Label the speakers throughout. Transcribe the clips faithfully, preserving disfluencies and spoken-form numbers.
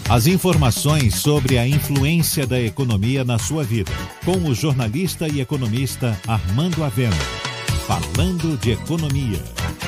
Speaker 1: As informações sobre a influência da economia na sua vida, com o jornalista e economista Armando Avena. Falando de economia.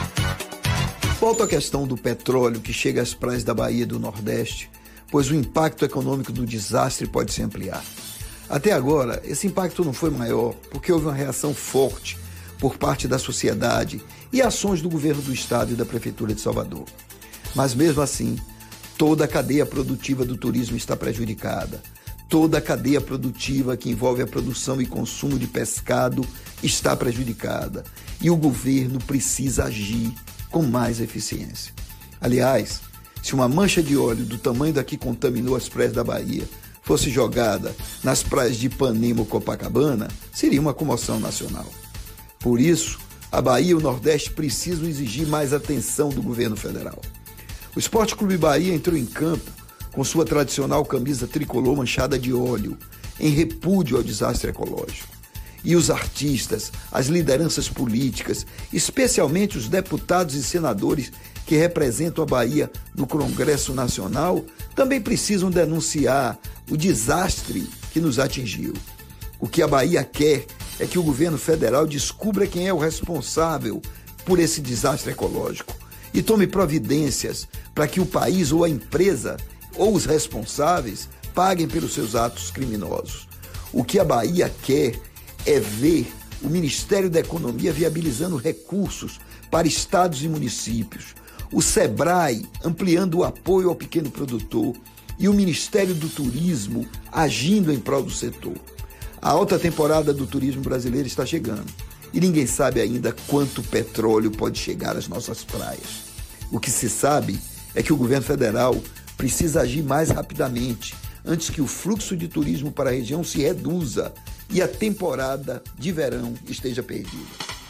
Speaker 2: Volto à questão do petróleo que chega às praias da Bahia e do Nordeste, pois o impacto econômico do desastre pode se ampliar. Até agora, esse impacto não foi maior porque houve uma reação forte por parte da sociedade e ações do governo do estado e da prefeitura de Salvador. Mas mesmo assim, toda a cadeia produtiva do turismo está prejudicada. Toda a cadeia produtiva que envolve a produção e consumo de pescado está prejudicada. E o governo precisa agir com mais eficiência. Aliás, se uma mancha de óleo do tamanho da que contaminou as praias da Bahia fosse jogada nas praias de Ipanema ou Copacabana, seria uma comoção nacional. Por isso, a Bahia e o Nordeste precisam exigir mais atenção do governo federal. O Esporte Clube Bahia entrou em campo com sua tradicional camisa tricolor manchada de óleo, em repúdio ao desastre ecológico. E os artistas, as lideranças políticas, especialmente os deputados e senadores que representam a Bahia no Congresso Nacional, também precisam denunciar o desastre que nos atingiu. O que a Bahia quer é que o governo federal descubra quem é o responsável por esse desastre ecológico e tome providências para que o país ou a empresa ou os responsáveis paguem pelos seus atos criminosos. O que a Bahia quer é ver o Ministério da Economia viabilizando recursos para estados e municípios, o SEBRAE ampliando o apoio ao pequeno produtor e o Ministério do Turismo agindo em prol do setor. A alta temporada do turismo brasileiro está chegando e ninguém sabe ainda quanto petróleo pode chegar às nossas praias. O que se sabe é que o governo federal precisa agir mais rapidamente antes que o fluxo de turismo para a região se reduza e a temporada de verão esteja perdida.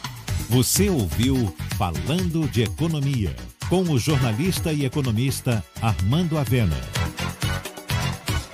Speaker 1: Você ouviu Falando de Economia, com o jornalista e economista Armando Avena.